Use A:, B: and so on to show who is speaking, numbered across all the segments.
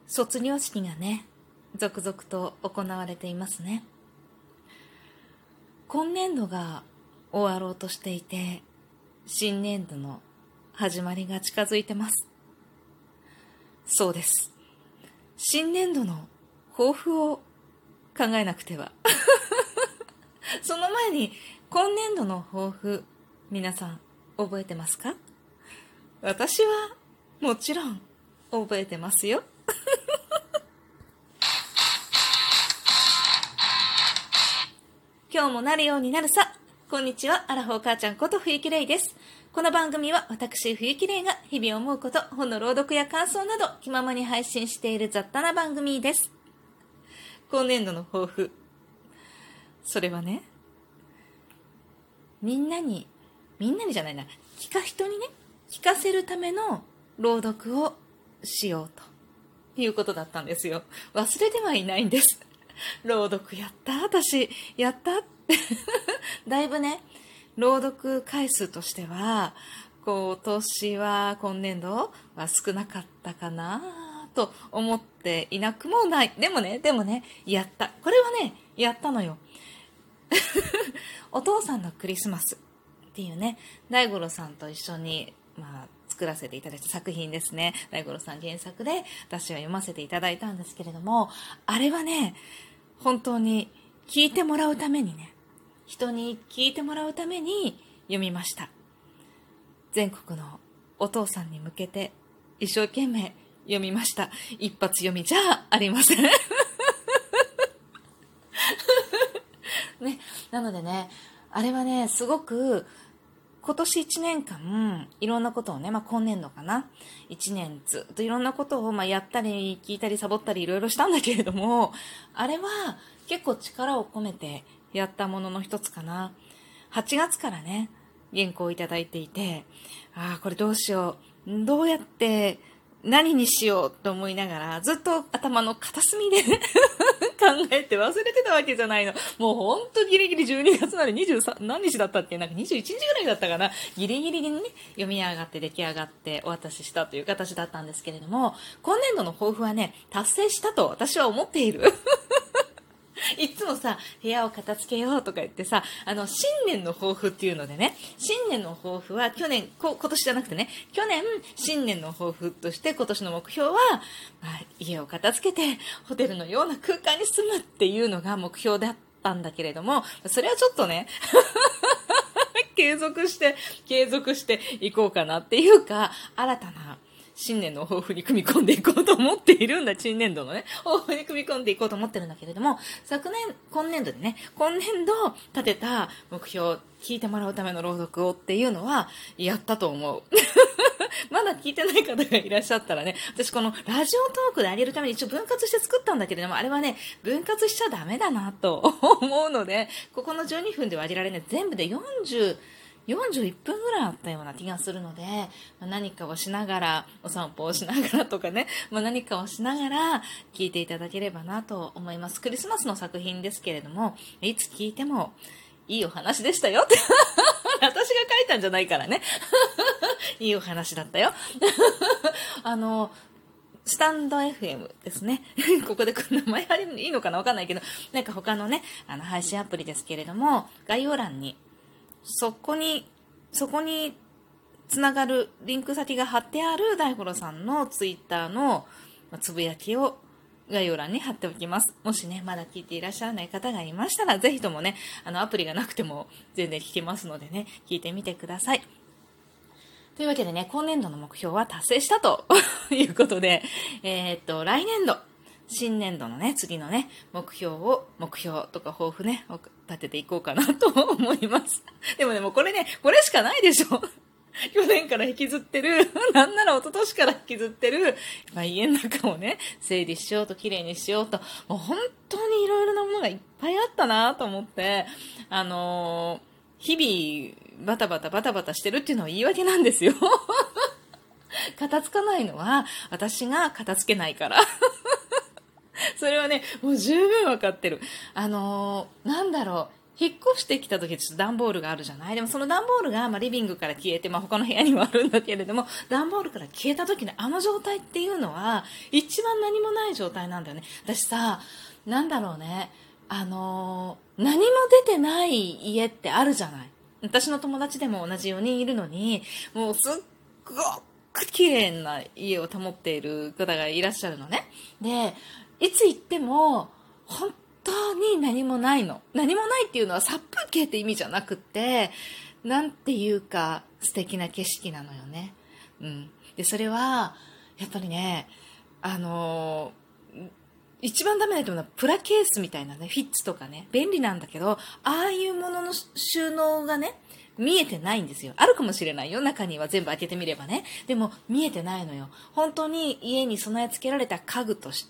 A: 卒業式がね、続々と行われていますね。今年度が終わろうとしていて、新年度の始まりが近づいてます。そうです。新年度の抱負を考えなくては。その前に、今年度の抱負、皆さん覚えてますか？私はもちろん覚えてますよ。今日もなるようになるさ。こんにちは、アラフォー母ちゃんこと冬木玲です。この番組は私冬木玲が日々思うこと、本の朗読や感想など気ままに配信している雑多な番組です。今年度の抱負。それはね、みんなにじゃないな、人にね、聞かせるための朗読をしようということだったんですよ。忘れてはいないんです。朗読やった私やったってだいぶね、朗読回数としては今年度は少なかったかなと思っていなくもない。でもねやった。これはねやったのよ。お父さんのクリスマスっていうね、大五郎さんと一緒に作らせていただいた作品ですね。大五郎さん原作で私は読ませていただいたんですけれども、あれはね、本当に聞いてもらうためにね、人に聞いてもらうために読みました。全国のお父さんに向けて一生懸命読みました。一発読みじゃありません。ね、なのでね、あれはね、すごく今年1年間いろんなことをね、今年度かな、1年ずっといろんなことをやったり聞いたりサボったりいろいろしたんだけれども、あれは結構力を込めてやったものの一つかな。8月からね、原稿をいただいていて、これどうしよう、どうやって何にしようと思いながら、ずっと頭の片隅でね考えて忘れてたわけじゃないの。もうほんとギリギリ12月なのに23何日だったっけ、なんか21日ぐらいだったかな。ギリギリにね、読み上がって出来上がってお渡ししたという形だったんですけれども、今年度の抱負はね、達成したと私は思っている。いつもさ、部屋を片付けようとか言ってさ、新年の抱負っていうのでね、新年の抱負は今年じゃなくてね、去年、新年の抱負として今年の目標は、家を片付けて、ホテルのような空間に住むっていうのが目標だったんだけれども、それはちょっとね、継続していこうかなっていうか、新たな、新年の抱負に組み込んでいこうと思っているんだ。新年度のね、抱負に組み込んでいこうと思ってるんだけれども、今年度立てた目標、聞いてもらうための朗読をっていうのは、やったと思う。まだ聞いてない方がいらっしゃったらね、私このラジオトークであげるために一応分割して作ったんだけれども、あれはね、分割しちゃダメだなと思うので、ここの12分ではあげられない、全部で41分ぐらいあったような気がするので、何かをしながら、お散歩をしながらとかね、何かをしながら聞いていただければなと思います。クリスマスの作品ですけれども、いつ聞いてもいいお話でしたよって。私が書いたんじゃないからね。いいお話だったよ。スタンド FM ですね。ここでこの名前ありいいのかなわかんないけど、なんか他のね、配信アプリですけれども、概要欄に、そこにつながるリンク先が貼ってある大五郎さんのツイッターのつぶやきを概要欄に貼っておきます。もしね、まだ聞いていらっしゃらない方がいましたら、ぜひともね、アプリがなくても全然聞けますのでね、聞いてみてください。というわけでね、今年度の目標は達成したということで、来年度、新年度のね、次のね、目標とか抱負ね、立てていこうかなと思います。でもね、もうこれしかないでしょ。去年から引きずってる、なんなら一昨年から引きずってる、家の中をね、整理しようと、綺麗にしようと、もう本当にいろいろなものがいっぱいあったなと思って、日々、バタバタしてるっていうのは言い訳なんですよ。片付かないのは、私が片付けないから。それはね、もう十分わかってる。 引っ越してきた時ちょっと段ボールがあるじゃない。でもその段ボールが、リビングから消えて、他の部屋にもあるんだけれども、段ボールから消えた時のあの状態っていうのは、一番何もない状態なんだよね。私さ、なんだろうね。何も出てない家ってあるじゃない。私の友達でも同じ4人いるのに、もうすっごく綺麗な家を保っている方がいらっしゃるのね。で、いつ行っても、本当に何もないの。何もないっていうのは殺風景って意味じゃなくって、なんていうか素敵な景色なのよね。うん。で、それは、やっぱりね、一番ダメだと思うのはプラケースみたいなね、フィッツとかね、便利なんだけど、ああいうものの収納がね、見えてないんですよ。あるかもしれないよ。中には全部開けてみればね。でも見えてないのよ。本当に家に備え付けられた家具として、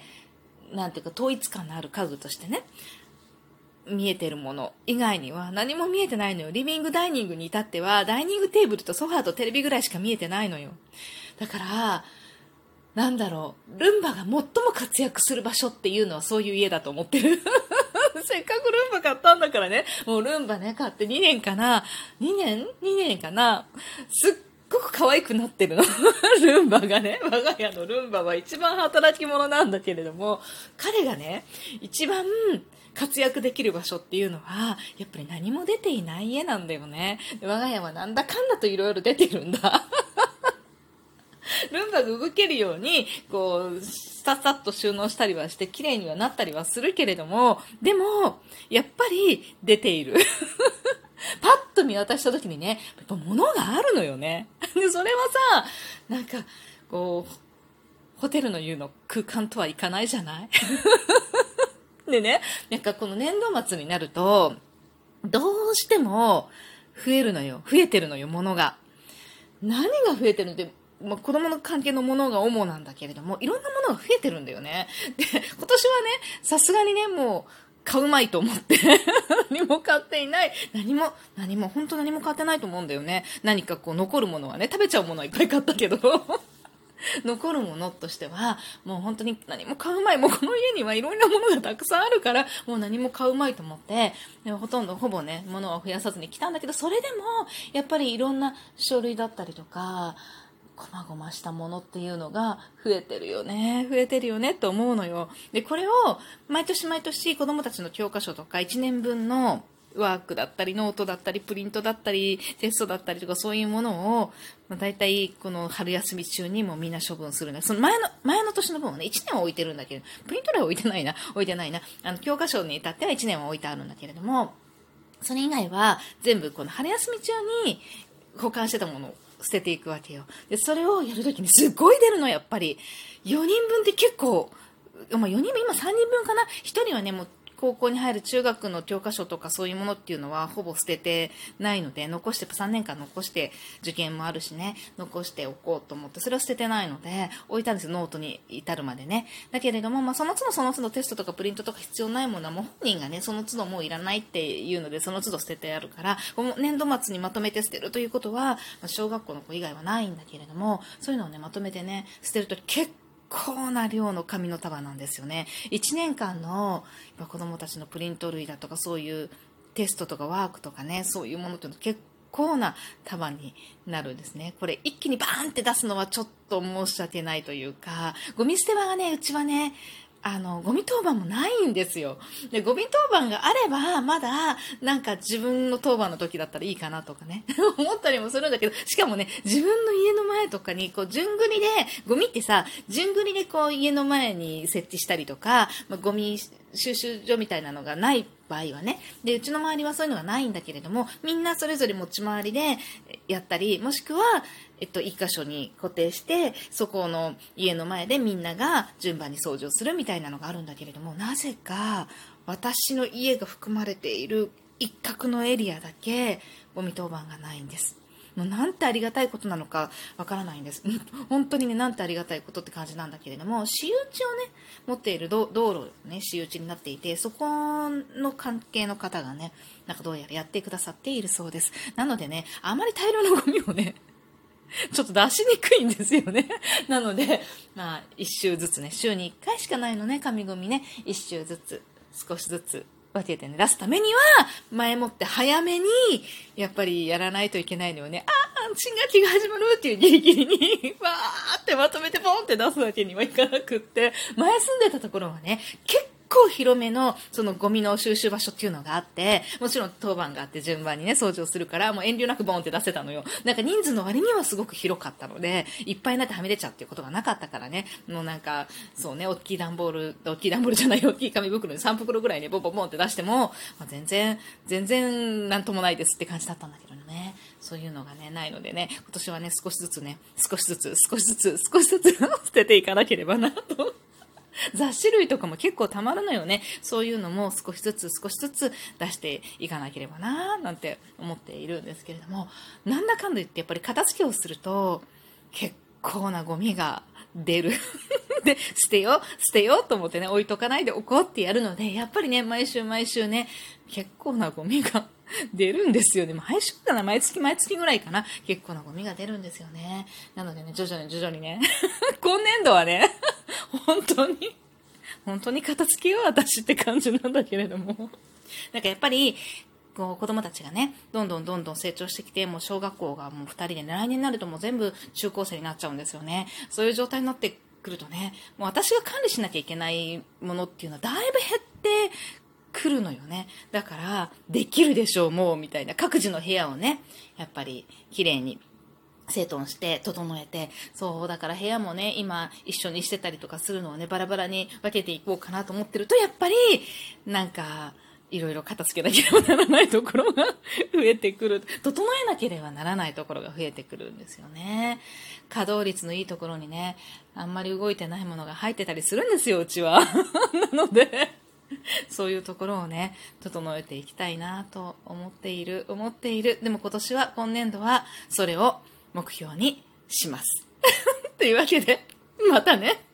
A: なんていうか統一感のある家具としてね、見えてるもの以外には何も見えてないのよ。リビングダイニングに至っては、ダイニングテーブルとソファーとテレビぐらいしか見えてないのよ。だから、なんだろう、ルンバが最も活躍する場所っていうのはそういう家だと思ってる。せっかくルンバ買ったんだからね、もうルンバね、買って2年かな ?2 年かな、すっごく可愛くなってるの。ルンバがね、我が家のルンバは一番働き者なんだけれども、彼がね、一番活躍できる場所っていうのは、やっぱり何も出ていない家なんだよね。我が家はなんだかんだといろいろ出てるんだ。ルンバが動けるように、こう、さっさっと収納したりはして、綺麗にはなったりはするけれども、でも、やっぱり出ている。パッと見渡した時にね、やっぱ物があるのよね。で、それはさ、なんか、こう、ホテルの言うの空間とはいかないじゃないでね、なんかこの年度末になると、どうしても増えてるのよ、物が。何が増えてるって、子供の関係のものが主なんだけれども、いろんなものが増えてるんだよね。で、今年はね、さすがにね、もう、買うまいと思って。何も買っていない。本当何も買ってないと思うんだよね。何かこう残るものはね、食べちゃうものはいっぱい買ったけど。残るものとしては、もう本当に何も買うまい。もうこの家にはいろんなものがたくさんあるから、もう何も買うまいと思って、でほぼね、物は増やさずに来たんだけど、それでも、やっぱりいろんな書類だったりとか、こまごましたものっていうのが増えてるよねと思うのよ。で、これを毎年毎年子供たちの教科書とか1年分のワークだったりノートだったりプリントだったりテストだったりとかそういうものを、だいたいこの春休み中にもみんな処分するんだ。その前の年の分はね、1年は置いてるんだけど、プリント類は置いてないな。教科書に至っては1年は置いてあるんだけれども、それ以外は全部この春休み中に保管してたものを捨てていくわけよ。で、それをやるときにすっごい出るの、やっぱり。4人分って結構、4人分、今3人分かな ?1 人はね、もう高校に入る中学の教科書とかそういうものっていうのはほぼ捨ててないので、3年間残して受験もあるしね、残しておこうと思って、それは捨ててないので、置いたんですよ、ノートに至るまでね。だけれども、その都度テストとかプリントとか必要ないものはもう本人がね、その都度もういらないっていうので、その都度捨ててあるから、年度末にまとめて捨てるということは、小学校の子以外はないんだけれども、そういうのをね、まとめてね、捨てると結構な量の紙の束なんですよね。1年間の子供たちのプリント類だとかそういうテストとかワークとかね、そういうものっていうの結構な束になるんですね。これ一気にバーンって出すのはちょっと申し訳ないというか、ゴミ捨て場がね、うちはね、ゴミ当番もないんですよ。で、ゴミ当番があれば、まだ、なんか自分の当番の時だったらいいかなとかね、思ったりもするんだけど、しかもね、自分の家の前とかに、こう、順繰りで、ゴミってさ、順繰りでこう、家の前に設置したりとか、ゴミ収集所みたいなのがない場合はね、で、うちの周りはそういうのがないんだけれども、みんなそれぞれ持ち回りでやったり、もしくは、一箇所に固定して、そこの家の前でみんなが順番に掃除をするみたいなのがあるんだけれども、なぜか私の家が含まれている一角のエリアだけゴミ当番がないんです。もうなんてありがたいことなのかわからないんです。本当にね、なんてありがたいことって感じなんだけれども、私有地をね、持っている道路ね、私有地になっていて、そこの関係の方がね、なんかどうやらやってくださっているそうです。なのでね、あまり大量のゴミをね、ちょっと出しにくいんですよね。なので、一周ずつね、週に1回しかないのね、紙ゴミね、1周ずつ、少しずつ分けてね、出すためには、前もって早めに、やっぱりやらないといけないのよね。新学期が始まるっていうギリギリに、わーってまとめてポンって出すわけにはいかなくって、前住んでたところはね、結構広めのそのゴミの収集場所っていうのがあって、もちろん当番があって順番にね掃除をするから、もう遠慮なくボンって出せたのよ。なんか人数の割にはすごく広かったので、いっぱいになってはみ出ちゃうっていうことがなかったからね、もうなんかそうね、大きい段ボールじゃない、大きい紙袋に3袋ぐらいねボンボンボンって出しても、全然なんともないですって感じだったんだけどね。そういうのがねないのでね、今年はね少しずつ捨てていかなければなと。雑誌類とかも結構たまるのよね。そういうのも少しずつ出していかなければななんて思っているんですけれども、なんだかんだ言ってやっぱり片付けをすると結構なゴミが出るで、捨てようと思ってね、置いとかないでおこうってやるので、やっぱりね毎週ね結構なゴミが出るんですよね。毎週かな、毎月ぐらいかな、結構なゴミが出るんですよね。なのでね、徐々にね今年度はね本当に片付けよう私って感じなんだけれども、なんかやっぱりこう子供たちがねどんどん成長してきて、もう小学校がもう2人で、来年になるともう全部中高生になっちゃうんですよね。そういう状態になってくるとね、もう私が管理しなきゃいけないものっていうのはだいぶ減ってくるのよね。だからできるでしょうもうみたいな、各自の部屋をねやっぱり綺麗に整頓して整えて、そうだから部屋もね今一緒にしてたりとかするのをねバラバラに分けていこうかなと思ってると、やっぱりなんかいろいろ片付けなければならないところが増えてくる、整えなければならないところが増えてくるんですよね。稼働率のいいところにねあんまり動いてないものが入ってたりするんですよ、うちはなのでそういうところをね整えていきたいなと思っている。でも今年度はそれを目標にしますというわけで、またね。